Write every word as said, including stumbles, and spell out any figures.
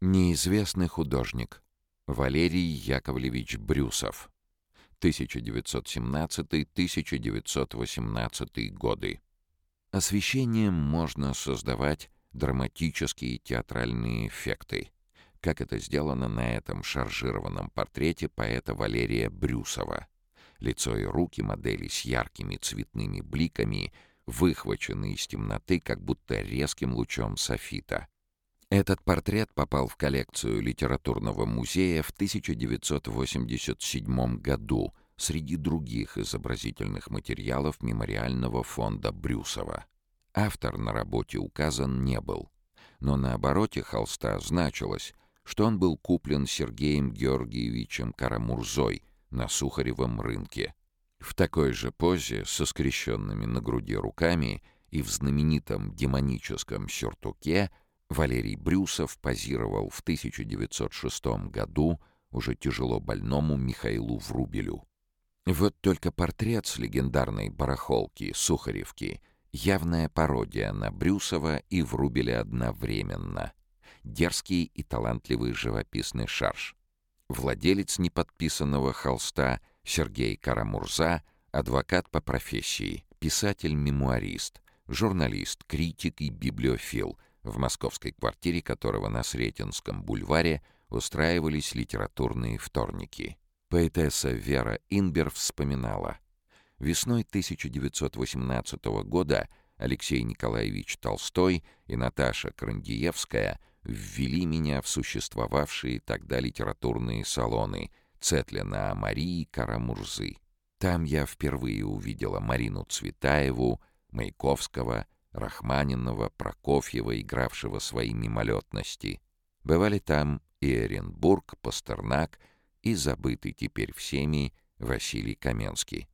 Неизвестный художник Валерий Яковлевич Брюсов. тысяча девятьсот семнадцатый — тысяча девятьсот восемнадцатый годы. Освещением можно создавать драматические театральные эффекты, как это сделано на этом шаржированном портрете поэта Валерия Брюсова. Лицо и руки модели с яркими цветными бликами выхвачены из темноты, как будто резким лучом софита. Этот портрет попал в коллекцию литературного музея в тысяча девятьсот восемьдесят седьмом году среди других изобразительных материалов мемориального фонда Брюсова. Автор на работе указан не был, но на обороте холста значилось, что он был куплен Сергеем Георгиевичем Карамурзой на Сухаревом рынке. В такой же позе, со скрещенными на груди руками и в знаменитом демоническом сюртуке, Валерий Брюсов позировал в тысяча девятьсот шестом году уже тяжело больному Михаилу Врубелю. Вот только портрет с легендарной барахолки Сухаревки — явная пародия на Брюсова и Врубеля одновременно. Дерзкий и талантливый живописный шарж. Владелец неподписанного холста Сергей Карамурза — адвокат по профессии, писатель-мемуарист, журналист, критик и библиофил, в московской квартире которого на Сретенском бульваре устраивались литературные вторники. Поэтесса Вера Инбер вспоминала: «Весной тысяча девятьсот восемнадцатого года Алексей Николаевич Толстой и Наташа Крандиевская ввели меня в существовавшие тогда литературные салоны Цетлина Марии Карамурзы. Там я впервые увидела Марину Цветаеву, Маяковского, Рахманинова, Прокофьева, игравшего свои мимолетности. Бывали там и Оренбург, Пастернак, и забытый теперь всеми Василий Каменский.